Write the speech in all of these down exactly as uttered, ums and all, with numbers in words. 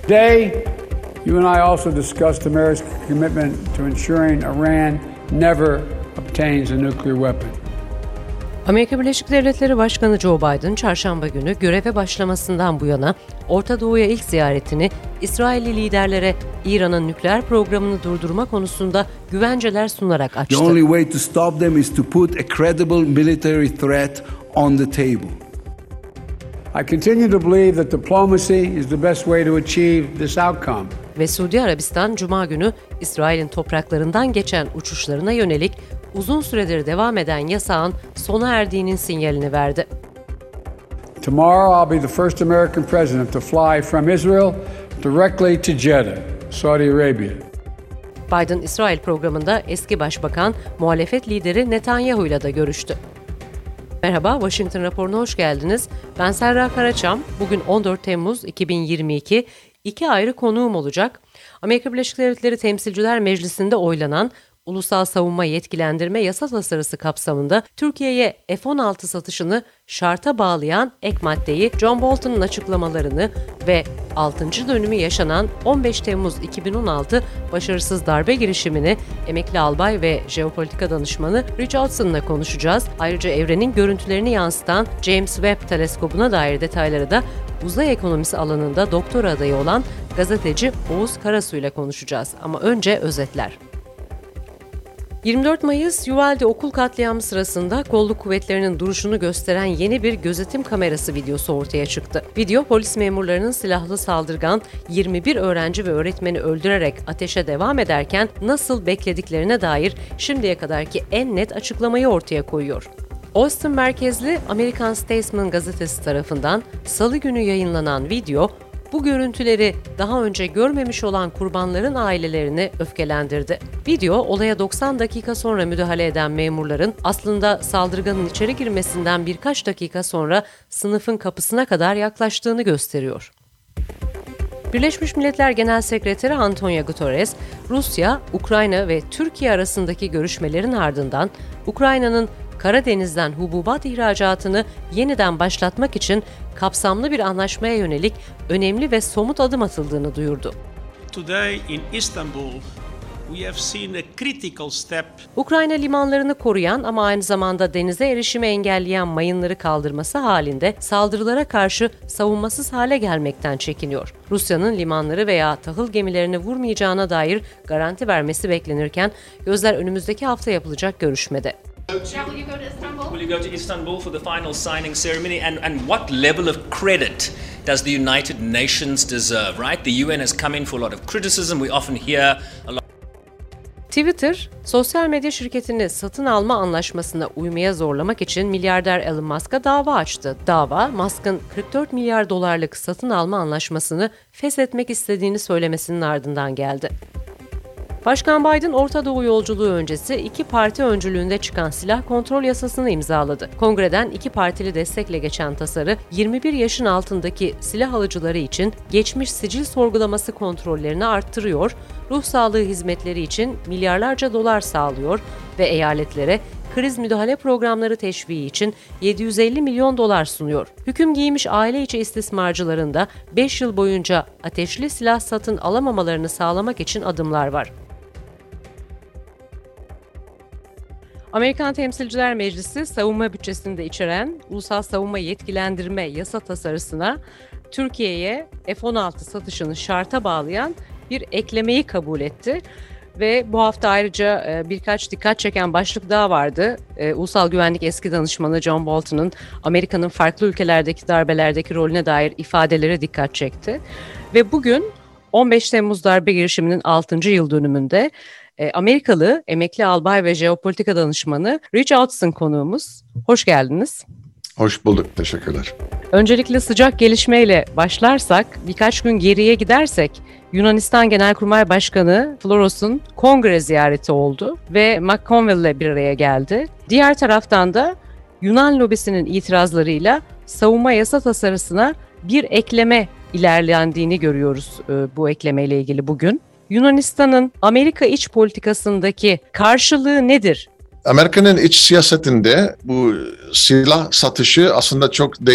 Today, you and I also discussed America's commitment to ensuring Iran never obtains a nuclear weapon. Amerika Birleşik Devletleri Başkanı Joe Biden, çarşamba günü göreve başlamasından bu yana Orta Doğu'ya ilk ziyaretini İsrailli liderlere İran'ın nükleer programını durdurma konusunda güvenceler sunarak açtı. The only way to stop them is to put a credible military threat on the table. I continue to believe that diplomacy is the best way to achieve this outcome. Ve Suudi Arabistan, Cuma günü İsrail'in topraklarından geçen uçuşlarına yönelik uzun süredir devam eden yasağın sona erdiğinin sinyalini verdi. Tomorrow I'll be the first American president to fly from Israel directly to Jeddah, Saudi Arabia. Biden, İsrail programında eski başbakan, muhalefet lideri Netanyahu ile de görüştü. Merhaba, Washington raporuna hoş geldiniz. Ben Serra Karaçam. Bugün on dört Temmuz iki bin yirmi iki. İki ayrı konuğum olacak. Amerika Birleşik Devletleri Temsilciler Meclisi'nde oylanan Ulusal Savunma Yetkilendirme Yasa Tasarısı kapsamında Türkiye'ye F on altı satışını şarta bağlayan ek maddeyi, John Bolton'un açıklamalarını ve altıncı dönümü yaşanan on beş Temmuz iki bin on altı başarısız darbe girişimini emekli albay ve jeopolitika danışmanı Rich Hudson'la konuşacağız. Ayrıca evrenin görüntülerini yansıtan James Webb teleskobuna dair detayları da uzay ekonomisi alanında doktora adayı olan gazeteci Oğuz Karasu ile konuşacağız. Ama önce özetler. yirmi dört Mayıs Uvalde okul katliamı sırasında kolluk kuvvetlerinin duruşunu gösteren yeni bir gözetim kamerası videosu ortaya çıktı. Video, polis memurlarının silahlı saldırgan yirmi bir öğrenci ve öğretmeni öldürerek ateşe devam ederken nasıl beklediklerine dair şimdiye kadarki en net açıklamayı ortaya koyuyor. Austin merkezli American Statesman gazetesi tarafından Salı günü yayınlanan video, bu görüntüleri daha önce görmemiş olan kurbanların ailelerini öfkelendirdi. Video, olaya doksan dakika sonra müdahale eden memurların aslında saldırganın içeri girmesinden birkaç dakika sonra sınıfın kapısına kadar yaklaştığını gösteriyor. Birleşmiş Milletler Genel Sekreteri Antonio Guterres, Rusya, Ukrayna ve Türkiye arasındaki görüşmelerin ardından Ukrayna'nın Karadeniz'den hububat ihracatını yeniden başlatmak için kapsamlı bir anlaşmaya yönelik önemli ve somut adım atıldığını duyurdu. Today in Istanbul, we have seen a critical step. Ukrayna limanlarını koruyan ama aynı zamanda denize erişimi engelleyen mayınları kaldırması halinde saldırılara karşı savunmasız hale gelmekten çekiniyor. Rusya'nın limanları veya tahıl gemilerini vurmayacağına dair garanti vermesi beklenirken gözler önümüzdeki hafta yapılacak görüşmede. Will you go to Istanbul? Will you go to Istanbul for the final signing ceremony? And, and what level of credit does the United Nations deserve, right? The U N has come in for a lot of criticism. We often hear a lot. Twitter, sosyal medya şirketini satın alma anlaşmasına uymaya zorlamak için milyarder Elon Musk'a dava açtı. Dava, Musk'ın kırk dört milyar dolarlık satın alma anlaşmasını feshetmek istediğini söylemesinin ardından geldi. Başkan Biden, Orta Doğu yolculuğu öncesi iki parti öncülüğünde çıkan silah kontrol yasasını imzaladı. Kongreden iki partili destekle geçen tasarı, yirmi bir yaşın altındaki silah alıcıları için geçmiş sicil sorgulaması kontrollerini arttırıyor, ruh sağlığı hizmetleri için milyarlarca dolar sağlıyor ve eyaletlere kriz müdahale programları teşviği için yedi yüz elli milyon dolar sunuyor. Hüküm giymiş aile içi istismarcıların da beş yıl boyunca ateşli silah satın alamamalarını sağlamak için adımlar var. Amerikan Temsilciler Meclisi, savunma bütçesini de içeren Ulusal Savunma Yetkilendirme Yasa Tasarısına Türkiye'ye F on altı satışını şarta bağlayan bir eklemeyi kabul etti. Ve bu hafta ayrıca birkaç dikkat çeken başlık daha vardı. Ulusal Güvenlik Eski Danışmanı John Bolton'un Amerika'nın farklı ülkelerdeki darbelerdeki rolüne dair ifadelere dikkat çekti. Ve bugün on beş Temmuz darbe girişiminin altıncı yıl dönümünde Amerikalı emekli albay ve jeopolitika danışmanı Rich Hudson konuğumuz. Hoş geldiniz. Hoş bulduk, teşekkürler. Öncelikle sıcak gelişmeyle başlarsak, birkaç gün geriye gidersek, Yunanistan Genelkurmay Başkanı Floros'un kongre ziyareti oldu ve McConnell ile bir araya geldi. Diğer taraftan da Yunan lobisinin itirazlarıyla savunma yasa tasarısına bir ekleme ilerlendiğini görüyoruz bu eklemeyle ilgili bugün. Yunanistan'ın Amerika iç politikasındaki karşılığı nedir? Amerika'nın iç siyasetinde bu silah satışı aslında çok değer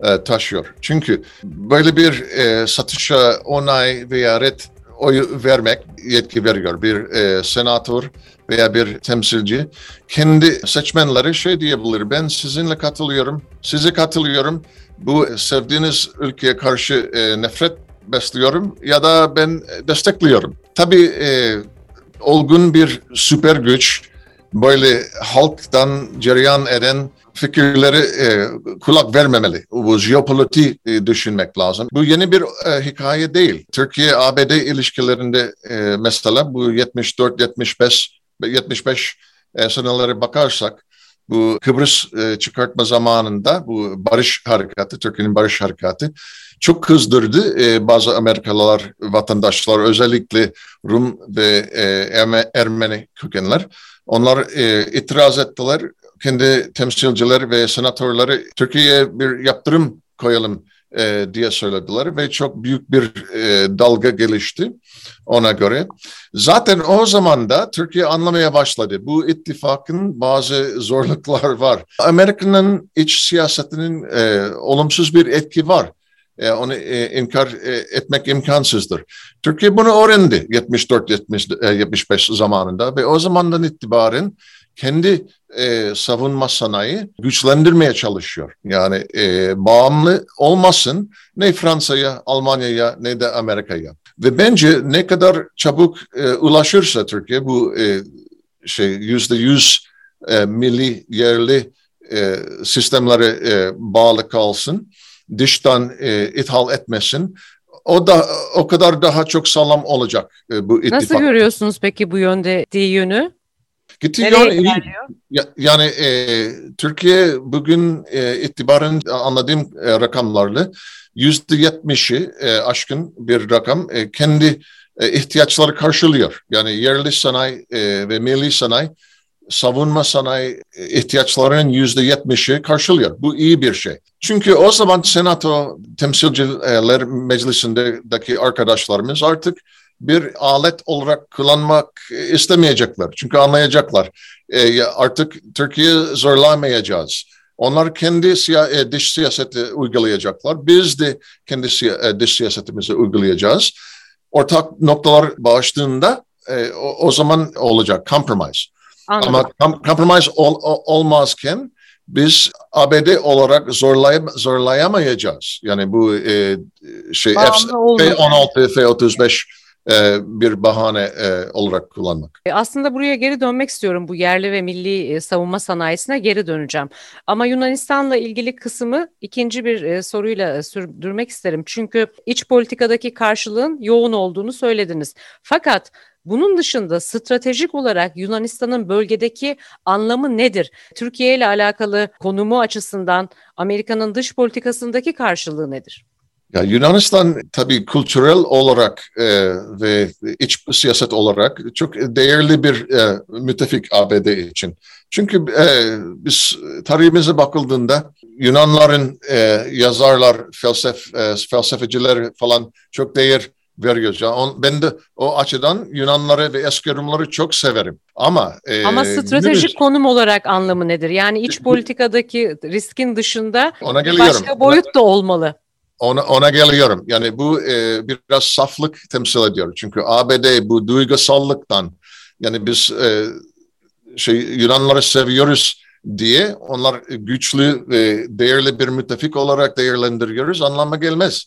e, taşıyor. Çünkü böyle bir e, satışa onay veya red oyu vermek yetki veriyor. Bir e, senatör veya bir temsilci kendi seçmenleri şey diyebilir. Ben sizinle katılıyorum, size katılıyorum. Bu sevdiğiniz ülkeye karşı e, nefret besliyorum ya da ben destekliyorum. Tabii e, olgun bir süper güç böyle halktan cereyan eden fikirleri e, kulak vermemeli. Bu jeopolitik e, düşünmek lazım. Bu yeni bir e, hikaye değil. Türkiye-A B D ilişkilerinde e, mesela bu yetmiş dört yetmiş beş yetmiş beş e, seneleri bakarsak bu Kıbrıs e, çıkartma zamanında bu barış harekatı, Türkiye'nin barış harekatı çok kızdırdı e, bazı Amerikalılar, vatandaşlar, özellikle Rum ve e, Ermeni kökenler. Onlar e, itiraz ettiler. Kendi temsilciler ve senatörleri Türkiye'ye bir yaptırım koyalım e, diye söylediler ve çok büyük bir e, dalga gelişti ona göre. Zaten o zaman da Türkiye anlamaya başladı. Bu ittifakın bazı zorluklar var. Amerika'nın iç siyasetinin e, olumsuz bir etki var. E, onu e, inkar e, etmek imkansızdır. Türkiye bunu öğrendi yetmiş dört yetmiş beş zamanında ve o zamandan itibaren kendi e, savunma sanayi güçlendirmeye çalışıyor. Yani e, bağımlı olmasın ne Fransa'ya, Almanya'ya ne de Amerika'ya. Ve bence ne kadar çabuk e, ulaşırsa Türkiye bu e, şey yüzde yüz e, milli yerli e, sistemlere e, bağlı kalsın, dıştan e, ithal etmesin. O da o kadar daha çok sağlam olacak e, bu ittifak. Nasıl görüyorsunuz peki bu yönde yönü? Gitti yani, yani e, Türkiye bugün e, itibaren anladığım e, rakamlarla yüzde yetmişi e, aşkın bir rakam e, kendi e, ihtiyaçları karşılıyor. Yani yerli sanayi e, ve milli sanayi savunma sanayi ihtiyaçlarının yüzde yetmişi karşılıyor. Bu iyi bir şey. Çünkü o zaman Senato Temsilciler Meclisi'ndeki arkadaşlarımız artık bir alet olarak kullanmak istemeyecekler. Çünkü anlayacaklar. E, artık Türkiye zorlamayacağız. Onlar kendi siya- dış siyaseti uygulayacaklar. Biz de kendi siya- dış siyasetimizi uygulayacağız. Ortak noktalar bağıştığında e, o, o zaman olacak. Compromise. Anladım. Ama kom- compromise ol, ol, olmazken biz A B D olarak zorlay- zorlayamayacağız. Yani bu e, şey F on altı, F otuz beş e, bir bahane e, olarak kullanmak. Aslında buraya geri dönmek istiyorum. Bu yerli ve milli e, savunma sanayisine geri döneceğim. Ama Yunanistan'la ilgili kısmı ikinci bir e, soruyla e, sürdürmek isterim. Çünkü iç politikadaki karşılığın yoğun olduğunu söylediniz. Fakat bunun dışında stratejik olarak Yunanistan'ın bölgedeki anlamı nedir? Türkiye ile alakalı konumu açısından Amerika'nın dış politikasındaki karşılığı nedir? Ya Yunanistan tabii kültürel olarak e, ve iç siyaset olarak çok değerli bir e, müttefik A B D için. Çünkü e, biz tarihimize bakıldığında Yunanların e, yazarlar, felsef, e, felsefeciler falan çok değer veriyoruz. Yani on, ben de o açıdan Yunanları ve eski Rumları çok severim. Ama e, ama stratejik günümüz, konum olarak anlamı nedir? Yani iç politikadaki riskin dışında başka boyut da olmalı. Ona, ona geliyorum. Yani bu e, biraz saflık temsil ediyor. Çünkü A B D bu duygusallıktan, yani biz e, şey Yunanları seviyoruz diye onlar güçlü ve değerli bir müttefik olarak değerlendiriyoruz anlamına gelmez.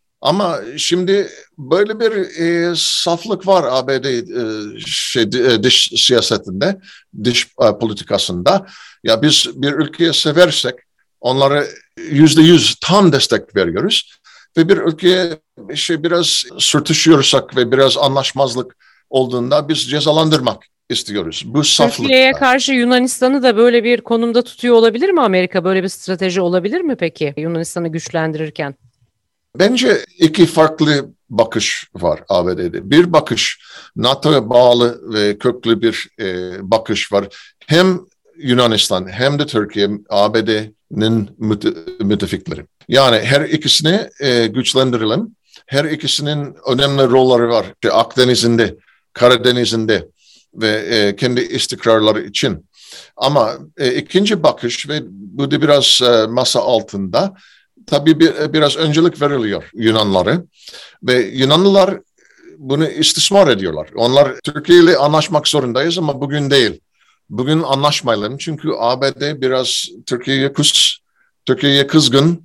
Ama şimdi böyle bir e, saflık var A B D e, şey, e, dış siyasetinde, dış e, politikasında. Ya biz bir ülkeyi seversek onları yüzde yüz tam destek veriyoruz ve bir ülkeye şey biraz sürtüşüyorsak ve biraz anlaşmazlık olduğunda biz cezalandırmak istiyoruz. Bu saflık. Türkiye'ye karşı Yunanistan'ı da böyle bir konumda tutuyor olabilir mi Amerika? Böyle bir strateji olabilir mi peki Yunanistan'ı güçlendirirken? Bence iki farklı bakış var A B D'de. Bir bakış NATO'ya bağlı ve köklü bir e, bakış var. Hem Yunanistan hem de Türkiye A B D'nin müte- müttefikleri. Yani her ikisini e, güçlendirelim. Her ikisinin önemli rolleri var. İşte Akdeniz'inde, Karadeniz'inde ve e, kendi istikrarları için. Ama e, ikinci bakış ve bu da biraz e, masa altında. tabii bir, biraz öncelik veriliyor Yunanları ve Yunanlılar bunu istismar ediyorlar. Onlar Türkiye ile anlaşmak zorundayız ama bugün değil. Bugün anlaşmayalım çünkü A B D biraz Türkiye'ye kız, Türkiye'ye kızgın.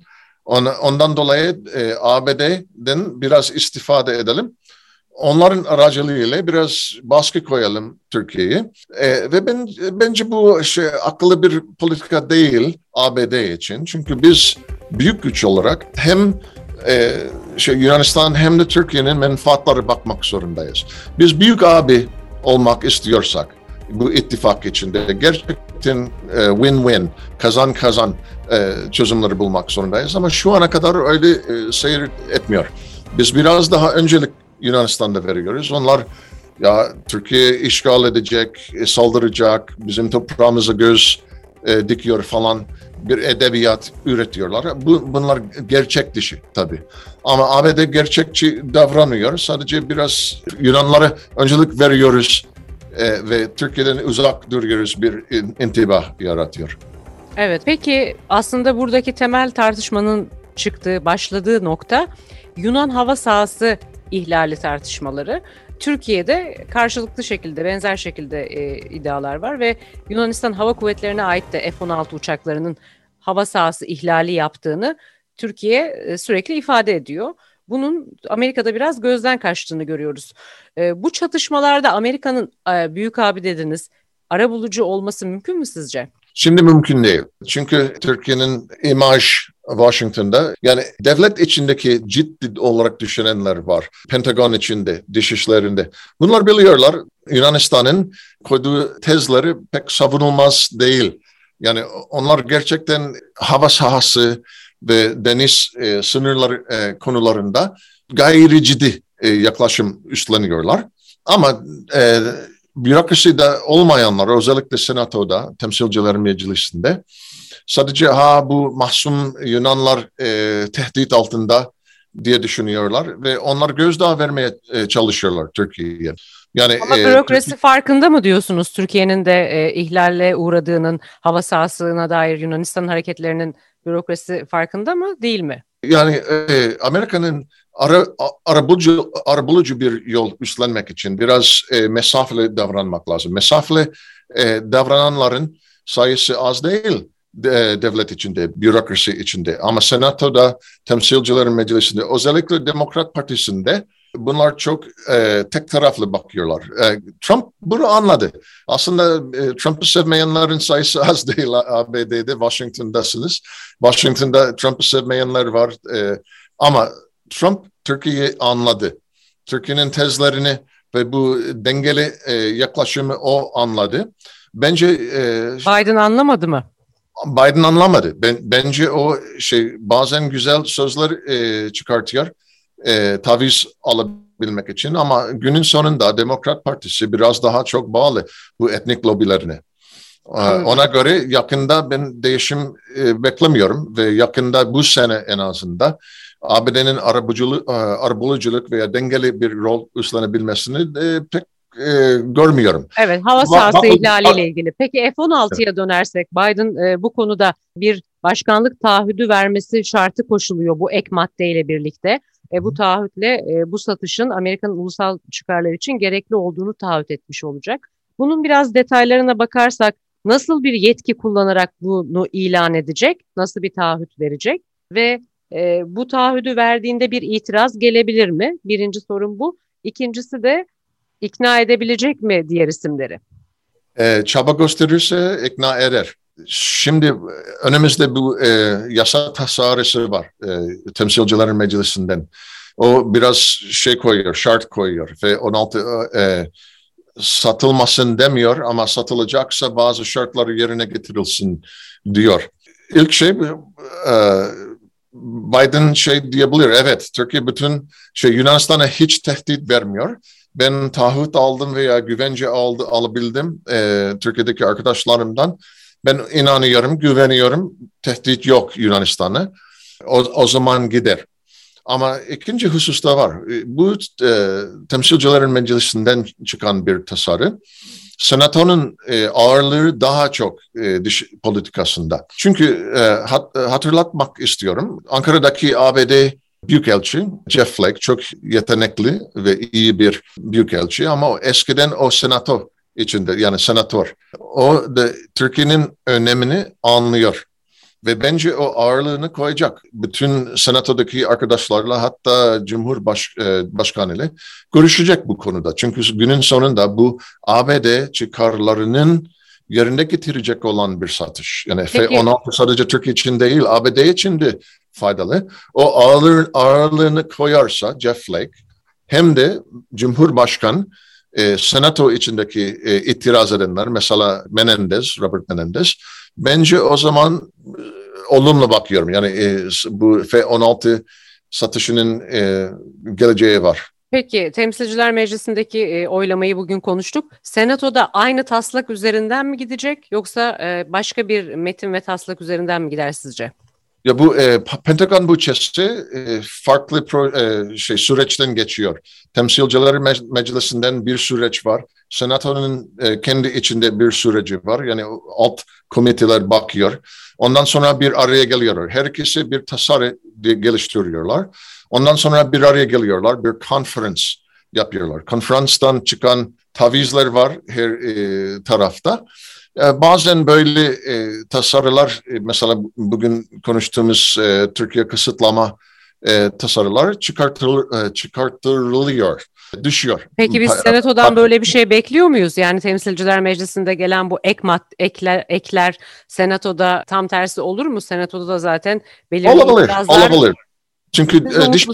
Ondan dolayı e, A B D'den biraz istifade edelim. Onların aracılığıyla biraz baskı koyalım Türkiye'ye. E, ve ben bence bu şey akıllı bir politika değil A B D için. Çünkü biz büyük güç olarak hem e, şey Yunanistan hem de Türkiye'nin menfaatları bakmak zorundayız. Biz büyük abi olmak istiyorsak bu ittifak içinde gerçekten e, win-win, kazan kazan e, çözümleri bulmak zorundayız. Ama şu ana kadar öyle e, seyir etmiyor. Biz biraz daha öncelik Yunanistan'da veriyoruz. Onlar ya Türkiye işgal edecek, e, saldıracak, bizim toprağımıza göz e, dikiyor falan bir edebiyat üretiyorlar. Bu, bunlar gerçek dışı tabii. Ama A B D gerçekçi davranıyor. Sadece biraz Yunanlara öncelik veriyoruz e, ve Türkiye'den uzak duruyoruz bir intibah yaratıyor. Evet, peki aslında buradaki temel tartışmanın çıktığı, başladığı nokta Yunan hava sahası ihlali tartışmaları. Türkiye'de karşılıklı şekilde, benzer şekilde e, iddialar var ve Yunanistan Hava Kuvvetleri'ne ait de F on altı uçaklarının hava sahası ihlali yaptığını Türkiye e, sürekli ifade ediyor. Bunun Amerika'da biraz gözden kaçtığını görüyoruz. E, bu çatışmalarda Amerika'nın e, büyük abi dediniz, arabulucu olması mümkün mü sizce? Şimdi mümkün değil. Çünkü Türkiye'nin imaj Washington'da yani devlet içindeki ciddi olarak düşünenler var. Pentagon içinde, dışişlerinde. Bunlar biliyorlar Yunanistan'ın koyduğu tezleri pek savunulmaz değil. Yani onlar gerçekten hava sahası ve deniz e, sınırları e, konularında gayri ciddi e, yaklaşım üstleniyorlar. Ama e, bürokraside olmayanlar, özellikle Senato'da, Temsilciler Meclisi'nde sadece ha bu mahzun Yunanlar e, tehdit altında diye düşünüyorlar ve onlar gözdağı vermeye e, çalışıyorlar Türkiye'ye. Yani ama e, bürokrasi Türkiye... farkında mı diyorsunuz Türkiye'nin de e, ihlalle uğradığının, hava sahasına dair Yunanistan hareketlerinin bürokrasi farkında mı, değil mi? Yani e, Amerika'nın ara, arabulucu, arabulucu bir yol üstlenmek için biraz e, mesafeli davranmak lazım. Mesafeli e, davrananların sayısı az değil de, devlet içinde, bürokrasi içinde. Ama Senato'da, Temsilciler Meclisi'nde, özellikle Demokrat Partisi'nde bunlar çok e, tek taraflı bakıyorlar. E, Trump bunu anladı. Aslında e, Trump'ı sevmeyenlerin sayısı az değil A B D'de, Washington'dasınız. Washington'da Trump'ı sevmeyenler var. E, ama Trump Türkiye'yi anladı. Türkiye'nin tezlerini ve bu dengeli e, yaklaşımı o anladı. Bence e, Biden anlamadı mı? Biden anlamadı. Ben, bence o şey bazen güzel sözler e, çıkartıyor. E, taviz alabilmek için ama günün sonunda Demokrat Partisi biraz daha çok bağlı bu etnik lobilerine. E, ona göre yakında ben değişim e, beklemiyorum ve yakında bu sene en azından A B D'nin arabuluculuk, arabuluculuk veya dengeli bir rol üstlenebilmesini e, pek e, görmüyorum. Evet, hava sahası ihlaliyle ilgili. Peki F on altıya dönersek Biden e, bu konuda bir başkanlık taahhüdü vermesi şartı koşuluyor bu ek maddeyle birlikte. E, bu taahhütle e, bu satışın Amerika'nın ulusal çıkarları için gerekli olduğunu taahhüt etmiş olacak. Bunun biraz detaylarına bakarsak nasıl bir yetki kullanarak bunu ilan edecek, nasıl bir taahhüt verecek ve e, bu taahhüdü verdiğinde bir itiraz gelebilir mi? Birinci sorun bu. İkincisi de ikna edebilecek mi diğer isimleri? E, çaba gösterirse ikna eder. Şimdi önümüzde bu e, yasa tasarısı var e, Temsilciler Meclisi'nden. O biraz şey koyuyor, şart koyuyor ve on altı e, satılmasın demiyor ama satılacaksa bazı şartları yerine getirilsin diyor. İlk şey e, Biden şey diyebilir, evet Türkiye bütün şey Yunanistan'a hiç tehdit vermiyor. Ben taahhüt aldım veya güvence aldı, alabildim e, Türkiye'deki arkadaşlarımdan. Ben inanıyorum, güveniyorum, tehdit yok Yunanistan'a. O, o zaman gider. Ama ikinci husus da var. Bu e, Temsilcilerin Meclisi'nden çıkan bir tasarı. Senatonun e, ağırlığı daha çok e, dış politikasında. Çünkü e, hat, hatırlatmak istiyorum. Ankara'daki A B D Büyükelçi Jeff Flake çok yetenekli ve iyi bir büyükelçi ama o, eskiden o senato içinde yani senatör. O da Türkiye'nin önemini anlıyor. Ve bence o ağırlığını koyacak. Bütün senatodaki arkadaşlarla hatta Cumhurbaşkanı ile görüşecek bu konuda. Çünkü günün sonunda bu A B D çıkarlarının yerine getirecek olan bir satış. Yani F on altı sadece Türkiye için değil, A B D için de faydalı. O ağırlığın, ağırlığını koyarsa Jeff Flake hem de Cumhurbaşkanı e, senato içindeki e, itiraz edenler, mesela Menendez, Robert Menendez, bence o zaman e, olumlu bakıyorum. Yani e, bu F on altı satışının e, geleceği var. Peki, Temsilciler Meclisi'ndeki e, oylamayı bugün konuştuk. Senatoda aynı taslak üzerinden mi gidecek yoksa e, başka bir metin ve taslak üzerinden mi gider sizce? Ya bu e, Pentagon bütçesi e, farklı pro, e, şey süreçten geçiyor. Temsilciler Me- Meclisi'nden bir süreç var. Senato'nun e, kendi içinde bir süreci var. Yani alt komiteler bakıyor. Ondan sonra bir araya geliyorlar. Her ikisi bir tasarı geliştiriyorlar. Ondan sonra bir araya geliyorlar. Bir konferans yapıyorlar. Konferanstan çıkan tavizler var her e, tarafta. Bazen böyle e, tasarılar, e, mesela bugün konuştuğumuz e, Türkiye kısıtlama e, tasarılar çıkartıl, e, çıkartılıyor, düşüyor. Peki biz Senato'dan böyle bir şey bekliyor muyuz? Yani Temsilciler Meclisi'nde gelen bu ek mad ekler, ekler Senato'da tam tersi olur mu? Senato'da da zaten belirli olabilir, itirazlar... olabilir. Çünkü e, dış,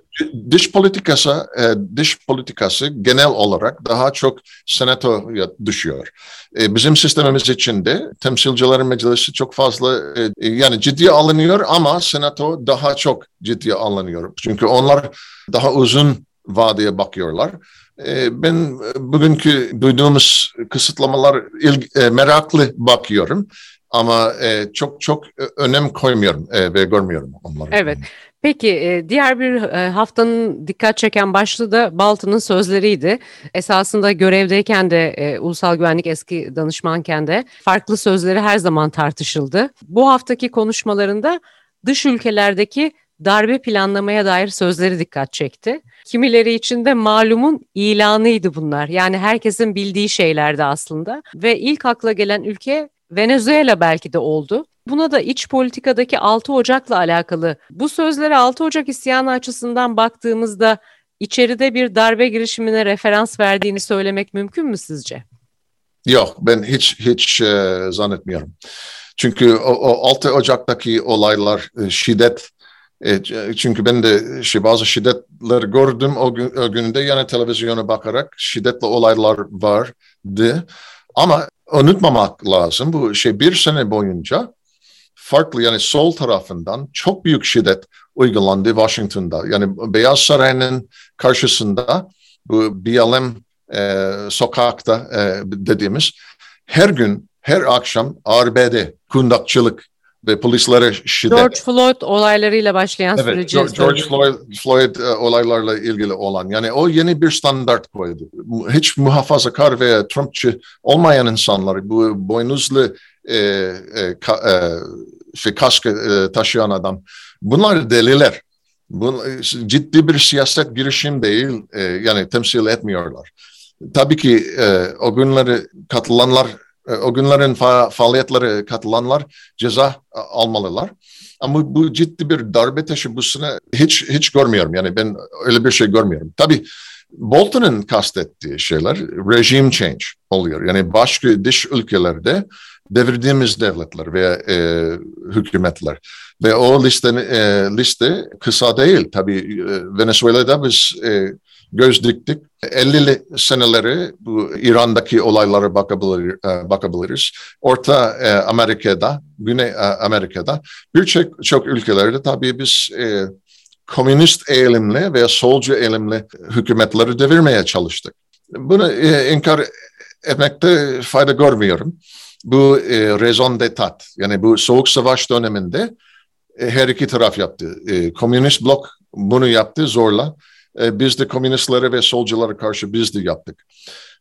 dış politikası e, dış politikası genel olarak daha çok senatoya düşüyor. E, bizim sistemimiz içinde Temsilciler Meclisi çok fazla e, yani ciddiye alınıyor ama senato daha çok ciddiye alınıyor. Çünkü onlar daha uzun vadeye bakıyorlar. E, ben bugünkü duyduğumuz kısıtlamalar ilgi, e, meraklı bakıyorum ama e, çok çok önem koymuyorum e, ve görmüyorum onları. Evet. Peki diğer bir haftanın dikkat çeken başlığı da Bolton'un sözleriydi. Esasında görevdeyken de ulusal güvenlik eski danışmanken de farklı sözleri her zaman tartışıldı. Bu haftaki konuşmalarında dış ülkelerdeki darbe planlamaya dair sözleri dikkat çekti. Kimileri için de malumun ilanıydı bunlar. Yani herkesin bildiği şeylerdi aslında. Ve ilk akla gelen ülke Venezuela belki de oldu. Buna da iç politikadaki altı Ocak'la alakalı. Bu sözlere altı Ocak isyanı açısından baktığımızda içeride bir darbe girişimine referans verdiğini söylemek mümkün mü sizce? Yok, ben hiç hiç e, zannetmiyorum. Çünkü o, o altı Ocak'taki olaylar e, şiddet, e, çünkü ben de şey, bazı şiddetler gördüm o, gün, o günde, yani televizyona bakarak şiddetli olaylar vardı. Ama unutmamak lazım, bu şey bir sene boyunca farklı, yani sol tarafından çok büyük şiddet uygulandı Washington'da. Yani Beyaz Saray'ın karşısında bu B L M e, sokakta e, dediğimiz her gün, her akşam arbede, kundakçılık ve polislere şiddet. George Floyd olaylarıyla başlayan evet, süreci. George, George Floyd, Floyd e, olaylarla ilgili olan. Yani o yeni bir standart koydu. Hiç muhafazakar veya Trumpçı olmayan insanlar, bu boynuzlu e, e, ka, e, şey, kaskı e, taşıyan adam, bunlar deliler. Bu, ciddi bir siyaset girişim değil, e, yani temsil etmiyorlar. Tabii ki e, o günleri katılanlar, e, o günlerin fa- faaliyetlere katılanlar ceza almalılar. Ama bu ciddi bir darbe teşebbüsünü hiç hiç görmüyorum. Yani ben öyle bir şey görmüyorum. Tabii Bolton'un kastettiği şeyler regime change oluyor. Yani başka dış ülkelerde devirdiğimiz devletler veya e, hükümetler. Ve o liste, e, liste kısa değil. Tabii e, Venezuela'da biz e, göz diktik. ellili seneleri bu İran'daki olaylara bakabilir, e, bakabiliriz. Orta e, Amerika'da, Güney e, Amerika'da birçok çok ülkelerde tabii biz e, komünist eğilimli veya solcu eğilimli hükümetleri devirmeye çalıştık. Bunu e, inkar etmekte fayda görmüyorum. Bu e, raison d'etat, yani bu Soğuk Savaş döneminde e, her iki taraf yaptı. E, komünist blok bunu yaptı zorla. E, biz de komünistlere ve solculara karşı biz de yaptık.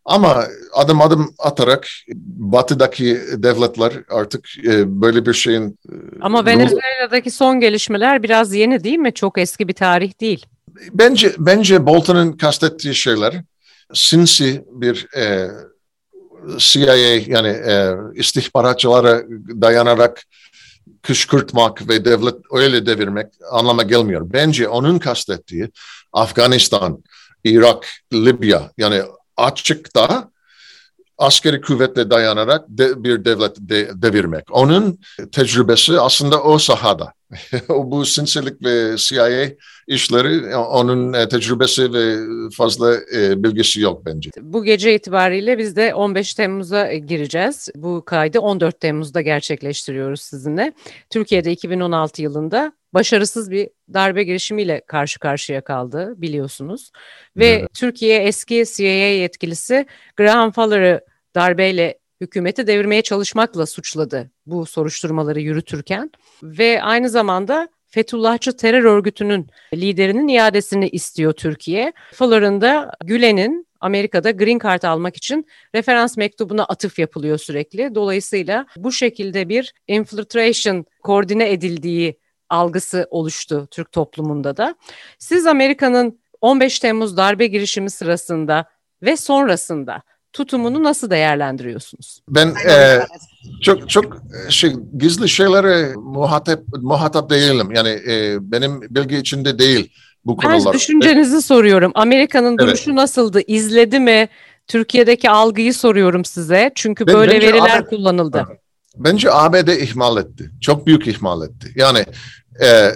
Ama adım adım atarak batıdaki devletler artık e, böyle bir şeyin... E, Ama Venezuela'daki son gelişmeler biraz yeni değil mi? Çok eski bir tarih değil. Bence bence Bolton'un kastettiği şeyler sinsi bir e, C I A yani e, istihbaratçılara dayanarak kışkırtmak ve devlet öyle devirmek anlama gelmiyor. Bence onun kastettiği Afganistan, Irak, Libya yani açıkta askeri kuvvetle dayanarak de, bir devlet de, devirmek. Onun tecrübesi aslında o sahada. Bu sinsilik ve C I A işleri onun tecrübesi ve fazla e, bilgisi yok bence. Bu gece itibariyle biz de on beş Temmuz'a gireceğiz. Bu kaydı on dört Temmuz'da gerçekleştiriyoruz sizinle. Türkiye'de iki bin on altı yılında başarısız bir darbe girişimiyle karşı karşıya kaldı biliyorsunuz. Ve evet. Türkiye eski C I A yetkilisi Graham Fuller'ı darbeyle hükümeti devirmeye çalışmakla suçladı bu soruşturmaları yürütürken. Ve aynı zamanda Fethullahçı terör örgütünün liderinin iadesini istiyor Türkiye. Fuller'ın da Gülen'in Amerika'da Green Card almak için referans mektubuna atıf yapılıyor sürekli. Dolayısıyla bu şekilde bir infiltration koordine edildiği algısı oluştu Türk toplumunda da. Siz Amerika'nın on beş Temmuz darbe girişimi sırasında ve sonrasında tutumunu nasıl değerlendiriyorsunuz? Ben e, çok çok şey, gizli şeylere muhatap muhatap değilim. Yani e, benim bilgi içinde değil bu konular. Ben düşüncenizi soruyorum. Amerika'nın duruşu evet. nasıldı? İzledi mi? Türkiye'deki algıyı soruyorum size. Çünkü ben, böyle veriler A B, kullanıldı. Bence A B D ihmal etti. Çok büyük ihmal etti. Yani e,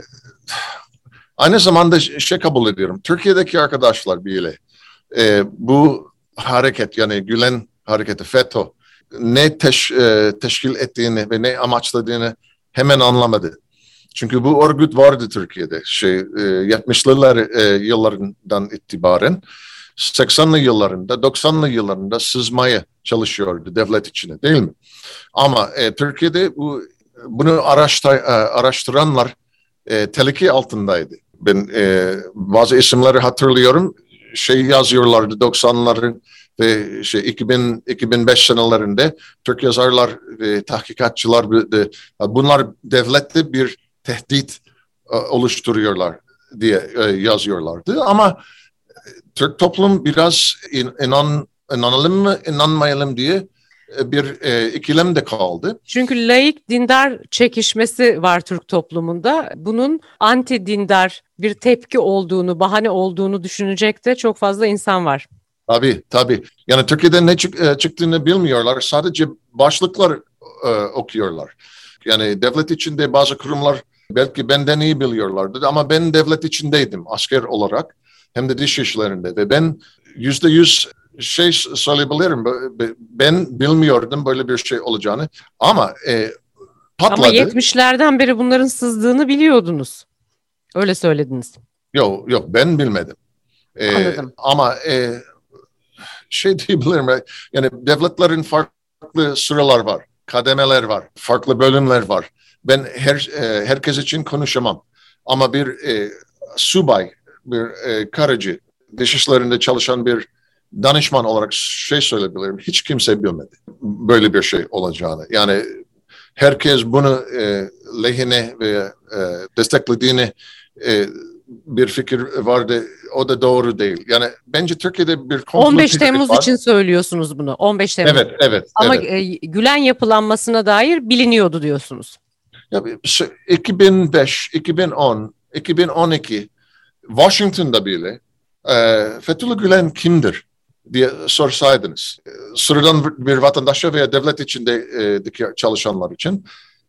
aynı zamanda şey kabul ediyorum. Türkiye'deki arkadaşlar bile e, bu hareket yani Gülen hareketi FETÖ ne teş, e, teşkil ettiğini ve ne amaçladığını hemen anlamadı. Çünkü bu örgüt vardı Türkiye'de şey e, yetmişliler e, yıllarından itibaren seksenli yıllarında doksanlı yıllarında sızmaya çalışıyordu devlet içine değil mi? Ama e, Türkiye'de bu bunu araştır, e, araştıranlar e, tehlike altındaydı. Ben e, bazı isimleri hatırlıyorum. Şey yazıyorlardı doksanların ve şey iki bin iki bin beş senelerinde Türk yazarlar ve tahkikatçılar bunlar devlette bir tehdit oluşturuyorlar diye yazıyorlardı ama Türk toplum biraz inan inanalım mı inanmayalım diye bir e, ikilemde kaldı. Çünkü laik dindar çekişmesi var Türk toplumunda. Bunun anti dindar bir tepki olduğunu, bahane olduğunu düşünecek de çok fazla insan var. Tabii tabii. Yani Türkiye'de ne çık, çıktığını bilmiyorlar. Sadece başlıklar e, okuyorlar. Yani devlet içinde bazı kurumlar belki benden iyi biliyorlardı ama ben devlet içindeydim asker olarak hem de dış işlerinde ve ben yüzde yüz şey söyleyebilirim. Ben bilmiyordum böyle bir şey olacağını ama e, patladı. Ama yetmişlerden beri bunların sızdığını biliyordunuz. Öyle söylediniz. Yok yok ben bilmedim. E, Anladım. Ama e, şey diyebilirim yani devletlerin farklı sıralar var, kademeler var, farklı bölümler var. Ben her e, herkes için konuşamam. Ama bir e, subay, bir e, karıcı, dışişlerinde çalışan bir danışman olarak şey söyleyebilirim. Hiç kimse bilmedi böyle bir şey olacağını. Yani herkes bunu e, lehine ve e, desteklediğini e, bir fikir vardı. O da doğru değil. Yani bence Türkiye'de bir on beş Temmuz var. için söylüyorsunuz bunu. on beş Temmuz. Evet, evet. Ama evet. E, Gülen yapılanmasına dair biliniyordu diyorsunuz. Ya, iki bin beş, iki bin on, iki bin on iki Washington'da bile e, Fethullah Gülen kimdir diye sorsaydınız. Sıradan bir vatandaşa veya devlet içindeki çalışanlar için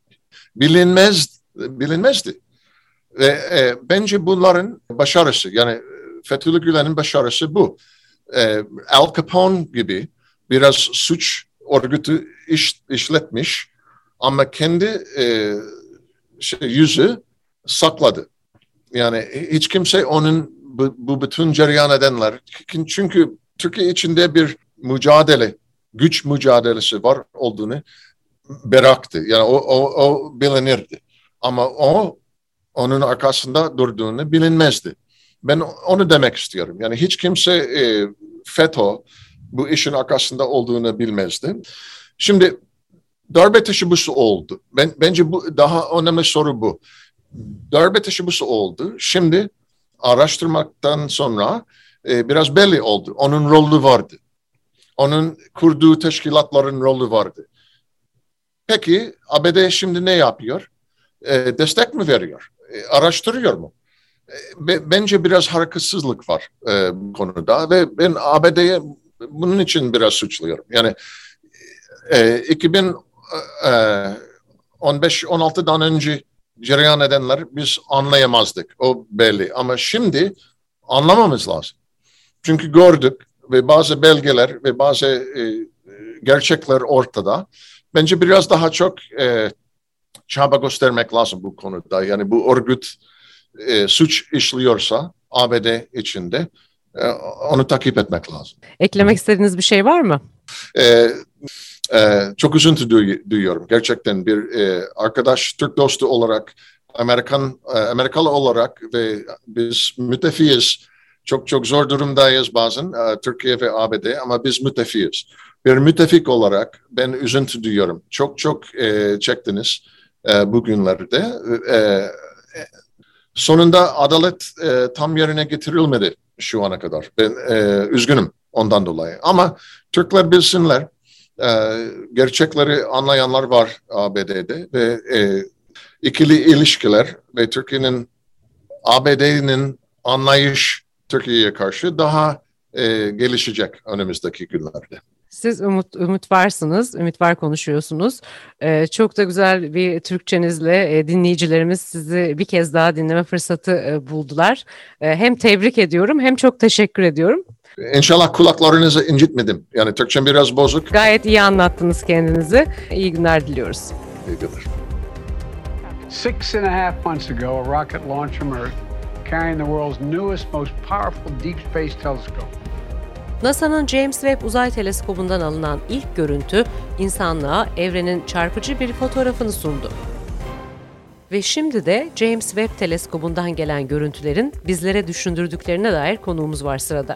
bilinmez, bilinmezdi. Ve e, bence bunların başarısı, yani Fethullah Gülen'in başarısı bu. E, Al Capone gibi biraz suç örgütü iş, işletmiş ama kendi e, şey, yüzü sakladı. Yani hiç kimse onun bu, bu bütün cereyan edenler, çünkü Türkiye içinde bir mücadele, güç mücadelesi var olduğunu bıraktı. Yani o, o, o bilinirdi. Ama o onun arkasında durduğunu bilinmezdi. Ben onu demek istiyorum. Yani hiç kimse e, FETÖ bu işin arkasında olduğunu bilmezdi. Şimdi darbe teşebbüsü oldu. Ben, bence bu daha önemli soru bu. Darbe teşebbüsü oldu. Şimdi araştırmaktan sonra e, biraz belli oldu. Onun rolü vardı. Onun kurduğu teşkilatların rolü vardı. Peki A B D şimdi ne yapıyor? E, destek mi veriyor? E, araştırıyor mu? E, bence biraz hareketsizlik var e, bu konuda ve ben A B D'ye bunun için biraz suçluyorum. Yani e, iki bin on beş on altıdan önce cereyan edenler biz anlayamazdık. O belli. Ama şimdi anlamamız lazım. Çünkü gördük ve bazı belgeler ve bazı e, gerçekler ortada. Bence biraz daha çok e, çaba göstermek lazım bu konuda. Yani bu örgüt e, suç işliyorsa A B D içinde e, onu takip etmek lazım. Eklemek istediğiniz bir şey var mı? E, e, çok üzüntü duy- duyuyorum. Gerçekten bir e, arkadaş, Türk dostu olarak, Amerikan e, Amerikalı olarak ve biz müttefiyiz. Çok çok zor durumdayız bazen e, Türkiye ve A B D ama biz müttefiyiz. Bir müttefik olarak ben üzüntü duyuyorum. Çok çok e, çektiniz e, bugünlerde. E, e, sonunda adalet e, tam yerine getirilmedi şu ana kadar. Ben e, üzgünüm ondan dolayı. Ama Türkler bilsinler, e, gerçekleri anlayanlar var A B D'de ve e, ikili ilişkiler ve Türkiye'nin A B D'nin anlayış Türkiye'ye karşı daha e, gelişecek önümüzdeki günlerde. Siz umut, umut varsınız, ümit var konuşuyorsunuz. Ee, çok da güzel bir Türkçenizle e, dinleyicilerimiz sizi bir kez daha dinleme fırsatı e, buldular. E, hem tebrik ediyorum hem çok teşekkür ediyorum. İnşallah kulaklarınızı incitmedim. Yani Türkçem biraz bozuk. Gayet iyi anlattınız kendinizi. İyi günler diliyoruz. İyi günler. Six and a half months ago, a rocket launched from Earth, carrying the world's newest, most powerful deep space telescope. NASA'nın James Webb Uzay Teleskobu'ndan alınan ilk görüntü, insanlığa evrenin çarpıcı bir fotoğrafını sundu. Ve şimdi de James Webb Teleskobu'ndan gelen görüntülerin bizlere düşündürdüklerine dair konuğumuz var sırada.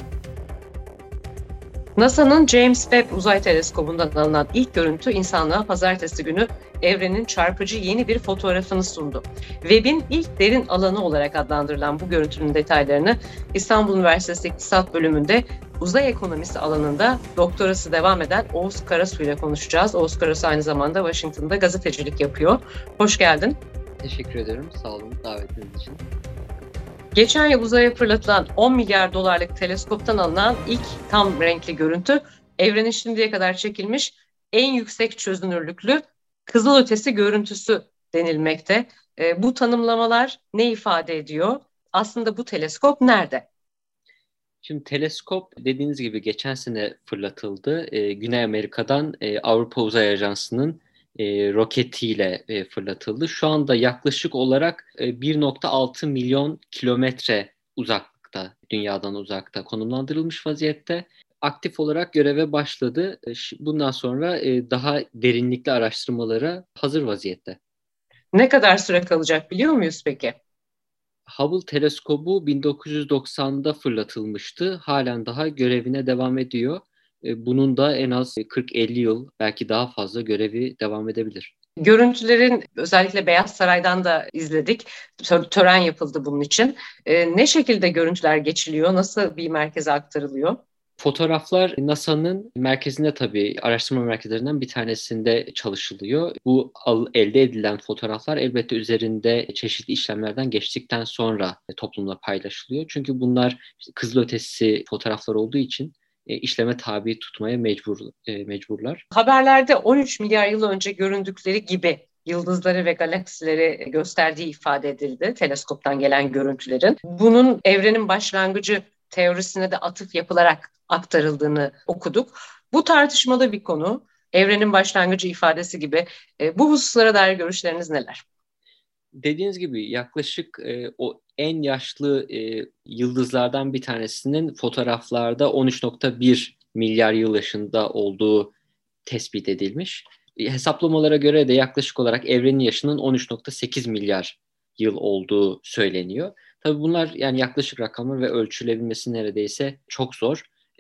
NASA'nın James Webb Uzay Teleskobu'ndan alınan ilk görüntü insanlığa pazartesi günü evrenin çarpıcı yeni bir fotoğrafını sundu. Webb'in ilk derin alanı olarak adlandırılan bu görüntünün detaylarını İstanbul Üniversitesi İktisat Bölümünde uzay ekonomisi alanında doktorası devam eden Oğuz Karasu ile konuşacağız. Oğuz Karasu aynı zamanda Washington'da gazetecilik yapıyor. Hoş geldin. Teşekkür ederim. Sağ olun davetiniz için. Geçen yıl uzaya fırlatılan on milyar dolarlık teleskoptan alınan ilk tam renkli görüntü, evrenin şimdiye kadar çekilmiş en yüksek çözünürlüklü kızılötesi görüntüsü denilmekte. E, bu tanımlamalar ne ifade ediyor? Aslında bu teleskop nerede? Şimdi teleskop dediğiniz gibi geçen sene fırlatıldı. Ee, Güney Amerika'dan e, Avrupa Uzay Ajansı'nın e, roketiyle e, fırlatıldı. Şu anda yaklaşık olarak e, bir nokta altı milyon kilometre uzaklıkta, dünyadan uzakta konumlandırılmış vaziyette. Aktif olarak göreve başladı. E, bundan sonra e, daha derinlikli araştırmalara hazır vaziyette. Ne kadar süre kalacak biliyor muyuz peki? Hubble teleskobu bin dokuz yüz doksanda fırlatılmıştı. Halen daha görevine devam ediyor. Bunun da en az kırk elli yıl, belki daha fazla görevi devam edebilir. Görüntülerin özellikle Beyaz Saray'dan da izledik. Tören yapıldı bunun için. Ne şekilde görüntüler geçiliyor? Nasıl bir merkeze aktarılıyor? Fotoğraflar NASA'nın merkezinde, tabii araştırma merkezlerinden bir tanesinde çalışılıyor. Bu elde edilen fotoğraflar elbette üzerinde çeşitli işlemlerden geçtikten sonra toplumla paylaşılıyor. Çünkü bunlar işte kızılötesi fotoğraflar olduğu için e, işleme tabi tutmaya mecbur e, mecburlar. Haberlerde on üç milyar yıl önce göründükleri gibi yıldızları ve galaksileri gösterdiği ifade edildi teleskoptan gelen görüntülerin. Bunun evrenin başlangıcı teorisine de atıf yapılarak aktarıldığını okuduk. Bu tartışmalı bir konu. Evrenin başlangıcı ifadesi gibi. E, bu hususlara dair görüşleriniz neler? Dediğiniz gibi yaklaşık e, o en yaşlı e, yıldızlardan bir tanesinin fotoğraflarda on üç nokta bir milyar yıl yaşında olduğu tespit edilmiş. E, hesaplamalara göre de yaklaşık olarak evrenin yaşının on üç nokta sekiz milyar yıl olduğu söyleniyor. Tabii bunlar yani yaklaşık rakamlar ve ölçülebilmesi neredeyse çok zor.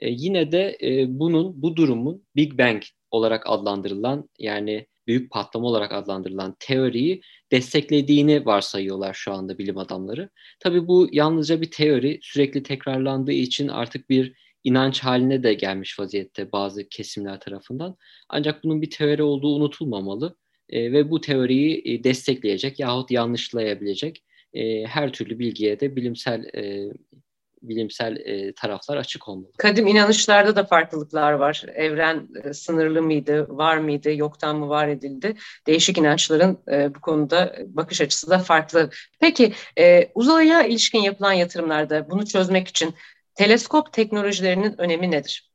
E, yine de e, bunun, bu durumun Big Bang olarak adlandırılan, yani büyük patlama olarak adlandırılan teoriyi desteklediğini varsayıyorlar şu anda bilim adamları. Tabii bu yalnızca bir teori, sürekli tekrarlandığı için artık bir inanç haline de gelmiş vaziyette bazı kesimler tarafından. Ancak bunun bir teori olduğu unutulmamalı e, ve bu teoriyi e, destekleyecek yahut yanlışlayabilecek e, her türlü bilgiye de bilimsel e, bilimsel e, taraflar açık olmalı. Kadim inanışlarda da farklılıklar var. Evren e, sınırlı mıydı, var mıydı, yoktan mı var edildi? Değişik inançların e, bu konuda bakış açısı da farklı. Peki e, uzaya ilişkin yapılan yatırımlarda bunu çözmek için teleskop teknolojilerinin önemi nedir?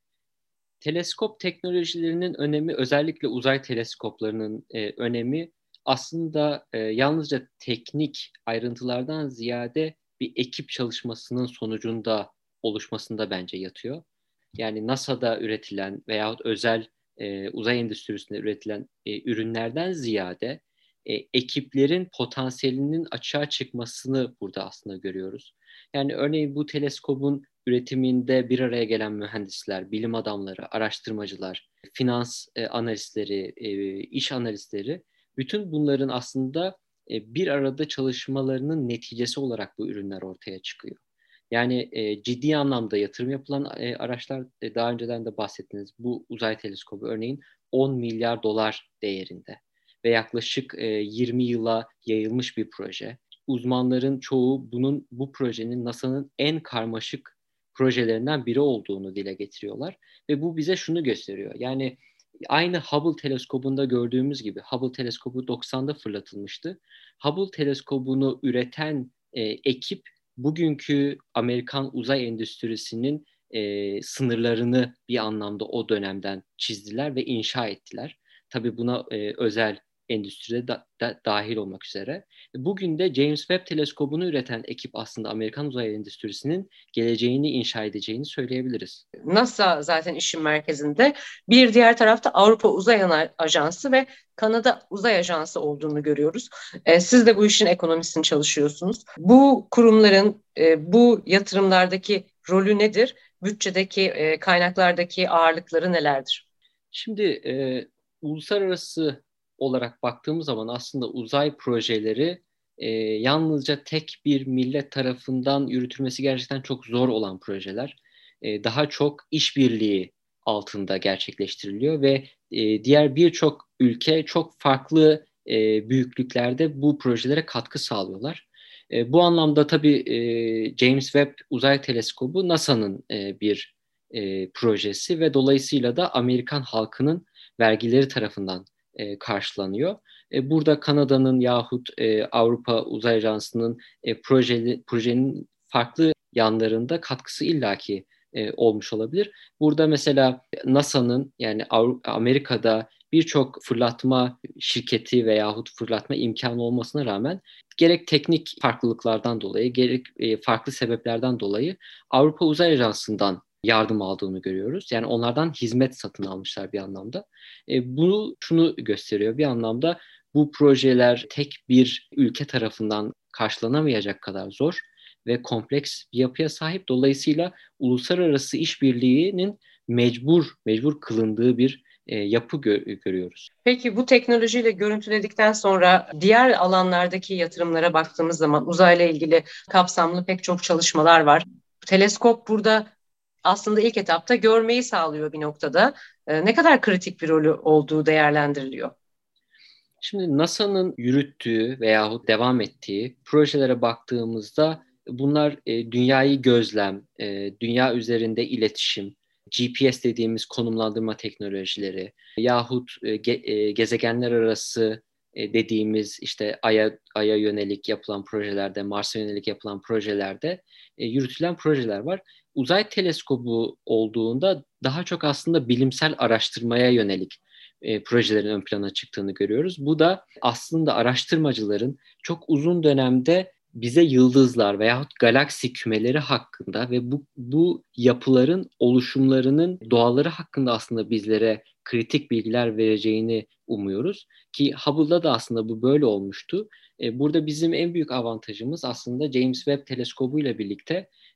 Teleskop teknolojilerinin önemi, özellikle uzay teleskoplarının e, önemi aslında e, yalnızca teknik ayrıntılardan ziyade bir ekip çalışmasının sonucunda oluşmasında bence yatıyor. Yani NASA'da üretilen veyahut özel e, uzay endüstrisinde üretilen e, ürünlerden ziyade e, ekiplerin potansiyelinin açığa çıkmasını burada aslında görüyoruz. Yani örneğin bu teleskobun üretiminde bir araya gelen mühendisler, bilim adamları, araştırmacılar, finans e, analistleri, e, iş analistleri, bütün bunların aslında e, bir arada çalışmalarının neticesi olarak bu ürünler ortaya çıkıyor. Yani e, ciddi anlamda yatırım yapılan e, araçlar, e, daha önceden de bahsettiniz. Bu uzay teleskobu örneğin on milyar dolar değerinde ve yaklaşık e, yirmi yıla yayılmış bir proje. Uzmanların çoğu bunun, bu projenin NASA'nın en karmaşık projelerinden biri olduğunu dile getiriyorlar ve bu bize şunu gösteriyor. Yani aynı Hubble teleskobunda gördüğümüz gibi, Hubble teleskobu doksanda fırlatılmıştı. Hubble teleskobunu üreten e, ekip bugünkü Amerikan uzay endüstrisinin e, sınırlarını bir anlamda o dönemden çizdiler ve inşa ettiler. Tabii buna e, özel endüstride da, da, dahil olmak üzere. Bugün de James Webb teleskobunu üreten ekip aslında Amerikan uzay endüstrisinin geleceğini inşa edeceğini söyleyebiliriz. NASA zaten işin merkezinde. Bir diğer tarafta Avrupa Uzay Ajansı ve Kanada Uzay Ajansı olduğunu görüyoruz. E, siz de bu işin ekonomisini çalışıyorsunuz. Bu kurumların e, bu yatırımlardaki rolü nedir? Bütçedeki, e, kaynaklardaki ağırlıkları nelerdir? Şimdi e, uluslararası olarak baktığımız zaman aslında uzay projeleri e, yalnızca tek bir millet tarafından yürütülmesi gerçekten çok zor olan projeler. E, daha çok işbirliği altında gerçekleştiriliyor ve e, diğer birçok ülke çok farklı e, büyüklüklerde bu projelere katkı sağlıyorlar. E, bu anlamda tabii e, James Webb Uzay Teleskobu NASA'nın e, bir e, projesi ve dolayısıyla da Amerikan halkının vergileri tarafından e, karşılanıyor. E, burada Kanada'nın yahut e, Avrupa Uzay Ajansı'nın e, projeli, projenin farklı yanlarında katkısı illaki e, olmuş olabilir. Burada mesela NASA'nın, yani Avrupa, Amerika'da birçok fırlatma şirketi veyahut fırlatma imkanı olmasına rağmen gerek teknik farklılıklardan dolayı, gerek e, farklı sebeplerden dolayı Avrupa Uzay Ajansı'ndan yardım aldığını görüyoruz. Yani onlardan hizmet satın almışlar bir anlamda. E, bu şunu gösteriyor bir anlamda: bu projeler tek bir ülke tarafından karşılanamayacak kadar zor ve kompleks bir yapıya sahip. Dolayısıyla uluslararası işbirliğinin mecbur mecbur kılındığı bir e, yapı gö- görüyoruz. Peki bu teknolojiyle görüntüledikten sonra diğer alanlardaki yatırımlara baktığımız zaman uzayla ilgili kapsamlı pek çok çalışmalar var. Teleskop burada aslında ilk etapta görmeyi sağlıyor bir noktada. Ee, ne kadar kritik bir rolü olduğu değerlendiriliyor. Şimdi NASA'nın yürüttüğü veyahut devam ettiği projelere baktığımızda bunlar e, dünyayı gözlem, e, dünya üzerinde iletişim, G P S dediğimiz konumlandırma teknolojileri yahut e, ge- e, gezegenler arası e, dediğimiz işte Ay'a, Ay'a yönelik yapılan projelerde, Mars'a yönelik yapılan projelerde e, yürütülen projeler var. Uzay teleskobu olduğunda daha çok aslında bilimsel araştırmaya yönelik e, projelerin ön plana çıktığını görüyoruz. Bu da aslında araştırmacıların çok uzun dönemde bize yıldızlar veyahut galaksi kümeleri hakkında ve bu, bu yapıların oluşumlarının doğaları hakkında aslında bizlere kritik bilgiler vereceğini umuyoruz. Ki Hubble'da da aslında bu böyle olmuştu. E, burada bizim en büyük avantajımız aslında James Webb teleskobu ile birlikte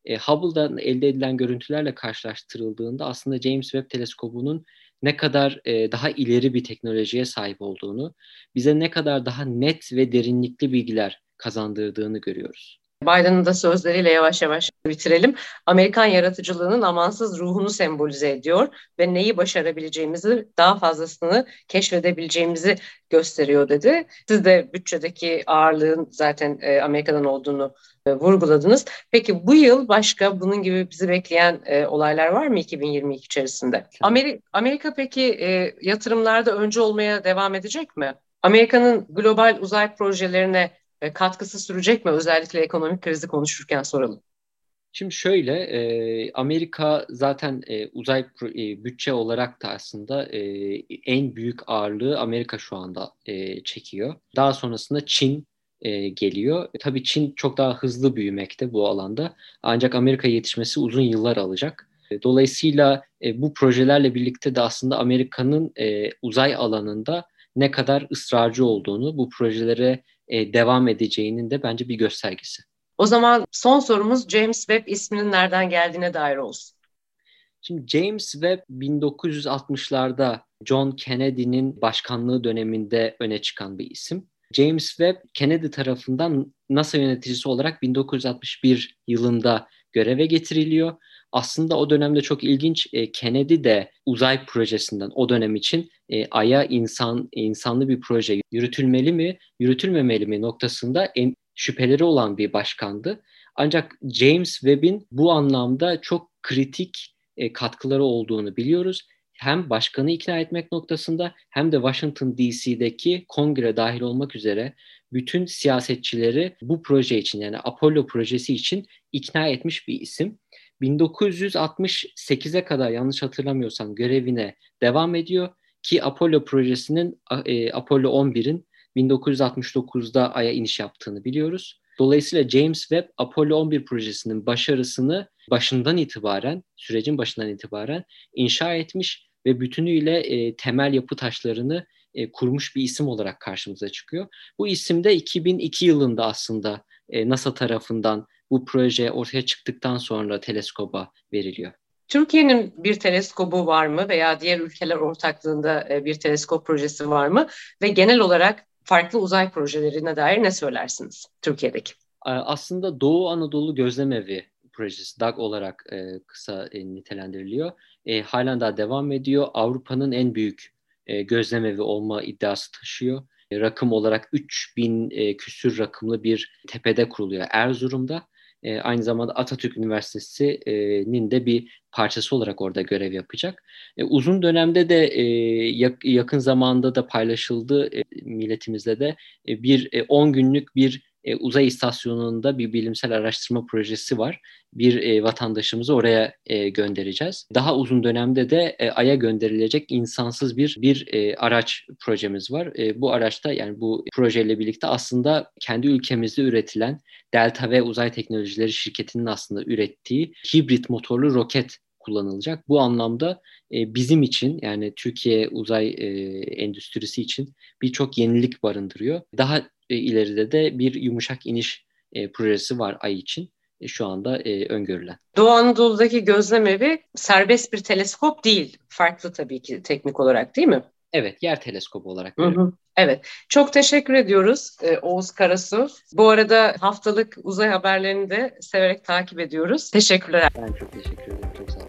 E, Hubble'dan elde edilen görüntülerle karşılaştırıldığında aslında James Webb Teleskobu'nun ne kadar e, daha ileri bir teknolojiye sahip olduğunu, bize ne kadar daha net ve derinlikli bilgiler kazandırdığını görüyoruz. Biden'ın da sözleriyle yavaş yavaş bitirelim. Amerikan yaratıcılığının amansız ruhunu sembolize ediyor ve neyi başarabileceğimizi, daha fazlasını keşfedebileceğimizi gösteriyor dedi. Siz de bütçedeki ağırlığın zaten e, Amerika'dan olduğunu e, vurguladınız. Peki bu yıl başka bunun gibi bizi bekleyen e, olaylar var mı iki bin yirmi iki içerisinde? Amerika, Amerika peki e, yatırımlarda öncü olmaya devam edecek mi? Amerika'nın global uzay projelerine katkısı sürecek mi? Özellikle ekonomik krizi konuşurken soralım. Şimdi şöyle, e, Amerika zaten e, uzay e, bütçe olarak da aslında e, en büyük ağırlığı Amerika şu anda e, çekiyor. Daha sonrasında Çin e, geliyor. E, tabii Çin çok daha hızlı büyümekte bu alanda. Ancak Amerika yetişmesi uzun yıllar alacak. E, dolayısıyla e, bu projelerle birlikte de aslında Amerika'nın e, uzay alanında ne kadar ısrarcı olduğunu, bu projelere e, devam edeceğinin de bence bir göstergesi. O zaman son sorumuz James Webb isminin nereden geldiğine dair olsun. Şimdi James Webb bin dokuz yüz altmışlarda John Kennedy'nin başkanlığı döneminde öne çıkan bir isim. James Webb Kennedy tarafından NASA yöneticisi olarak bin dokuz yüz altmış bir yılında göreve getiriliyor. Aslında o dönemde çok ilginç, Kennedy de uzay projesinden o dönem için e, Ay'a insan insanlı bir proje yürütülmeli mi, yürütülmemeli mi noktasında en şüpheleri olan bir başkandı. Ancak James Webb'in bu anlamda çok kritik e, katkıları olduğunu biliyoruz. Hem başkanı ikna etmek noktasında hem de Washington D C'deki kongre dahil olmak üzere bütün siyasetçileri bu proje için, yani Apollo projesi için ikna etmiş bir isim. bin dokuz yüz altmış sekize kadar yanlış hatırlamıyorsam görevine devam ediyor ki Apollo projesinin e, Apollo on birin bin dokuz yüz altmış dokuzda Ay'a iniş yaptığını biliyoruz. Dolayısıyla James Webb Apollo on bir projesinin başarısını başından itibaren, sürecin başından itibaren inşa etmiş ve bütünüyle e, temel yapı taşlarını e, kurmuş bir isim olarak karşımıza çıkıyor. Bu isim de iki bin iki yılında aslında e, NASA tarafından bu proje ortaya çıktıktan sonra teleskoba veriliyor. Türkiye'nin bir teleskobu var mı veya diğer ülkeler ortaklığında bir teleskop projesi var mı? Ve genel olarak farklı uzay projelerine dair ne söylersiniz Türkiye'deki? Aslında Doğu Anadolu Gözlemevi projesi, D A G olarak e, kısa e, nitelendiriliyor. E, halen daha devam ediyor. Avrupa'nın en büyük e, gözlemevi olma iddiası taşıyor. E, rakım olarak üç bin e, küsür rakımlı bir tepede kuruluyor Erzurum'da. E, aynı zamanda Atatürk Üniversitesi'nin de bir parçası olarak orada görev yapacak. E, uzun dönemde de e, yak, yakın zamanda da paylaşıldı e, milletimizle de e, bir on e, günlük bir e, uzay istasyonunda bir bilimsel araştırma projesi var. Bir e, vatandaşımızı oraya e, göndereceğiz. Daha uzun dönemde de e, Ay'a gönderilecek insansız bir bir e, araç projemiz var. E, bu araçta, yani bu projeyle birlikte aslında kendi ülkemizde üretilen Delta V Uzay Teknolojileri şirketinin aslında ürettiği hibrit motorlu roket kullanılacak. Bu anlamda e, bizim için, yani Türkiye uzay e, endüstrisi için birçok yenilik barındırıyor. Daha e, ileride de bir yumuşak iniş e, projesi var Ay için e, şu anda e, öngörülen. Doğu Anadolu'daki gözlemevi serbest bir teleskop değil. Farklı tabii ki teknik olarak, değil mi? Evet, yer teleskobu olarak. Hı hı. Evet. Çok teşekkür ediyoruz e, Oğuz Karasu. Bu arada haftalık uzay haberlerini de severek takip ediyoruz. Teşekkürler. Ben çok teşekkür ederim. Çok sağ olun.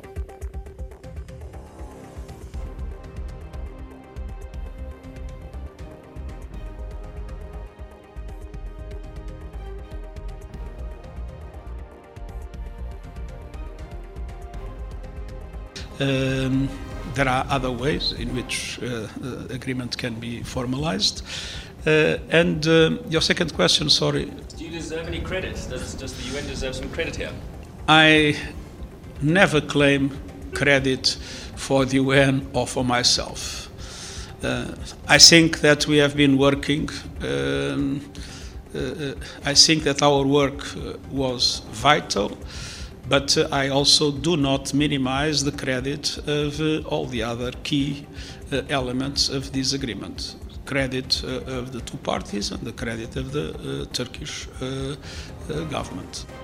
Um, there are other ways in which uh, the agreement can be formalized. Uh, and uh, your second question, sorry. Do you deserve any credit? Does, does the U N deserve some credit here? I never claim credit for the U N or for myself. Uh, I think that we have been working. Um, uh, I think that our work uh, was vital. But uh, I also do not minimize the credit of uh, all the other key uh, elements of this agreement. Credit uh, of the two parties and the credit of the uh, Turkish uh, uh, government.